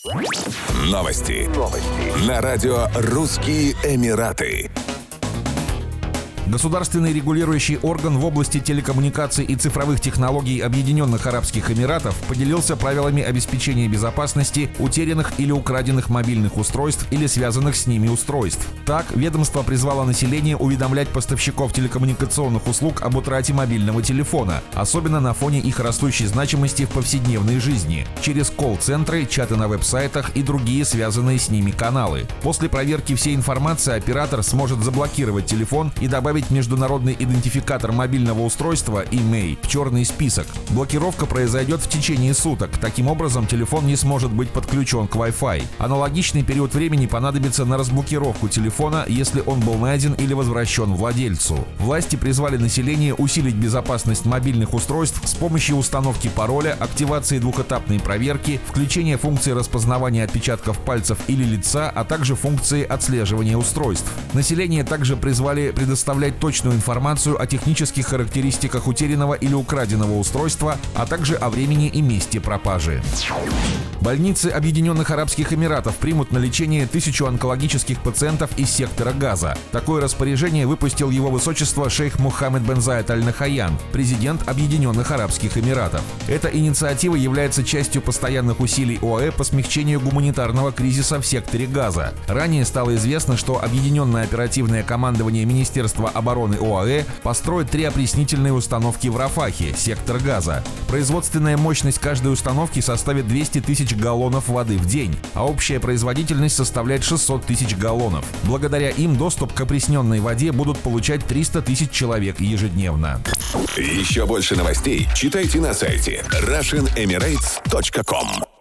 Новости. На радио «Русские Эмираты». Государственный регулирующий орган в области телекоммуникаций и цифровых технологий Объединенных Арабских Эмиратов поделился правилами обеспечения безопасности утерянных или украденных мобильных устройств или связанных с ними устройств. Так, ведомство призвало население уведомлять поставщиков телекоммуникационных услуг об утрате мобильного телефона, особенно на фоне их растущей значимости в повседневной жизни, через колл-центры, чаты на веб-сайтах и другие связанные с ними каналы. После проверки всей информации оператор сможет заблокировать телефон и добавить международный идентификатор мобильного устройства (IMEI) в черный список. Блокировка произойдет в течение суток. Таким образом, телефон не сможет быть подключен к Wi-Fi. Аналогичный период времени понадобится на разблокировку телефона, если он был найден или возвращен владельцу. Власти призвали население усилить безопасность мобильных устройств с помощью установки пароля, активации двухэтапной проверки, включения функции распознавания отпечатков пальцев или лица, а также функции отслеживания устройств. Население также призвали предоставлять точную информацию о технических характеристиках утерянного или украденного устройства, а также о времени и месте пропажи. Больницы Объединенных Арабских Эмиратов примут на лечение 1000 онкологических пациентов из сектора Газа. Такое распоряжение выпустил его высочество шейх Мухаммед бен Заид Аль-Нахаян, президент Объединенных Арабских Эмиратов. Эта инициатива является частью постоянных усилий ОАЭ по смягчению гуманитарного кризиса в секторе Газа. Ранее стало известно, что Объединенное оперативное командование Министерства обороны ОАЭ построит 3 опреснительные установки в Рафахе, сектор Газа. Производственная мощность каждой установки составит 200 тысяч галлонов воды в день, а общая производительность составляет 600 тысяч галлонов. Благодаря им доступ к опресненной воде будут получать 300 тысяч человек ежедневно. Еще больше новостей читайте на сайте RussianEmirates.com.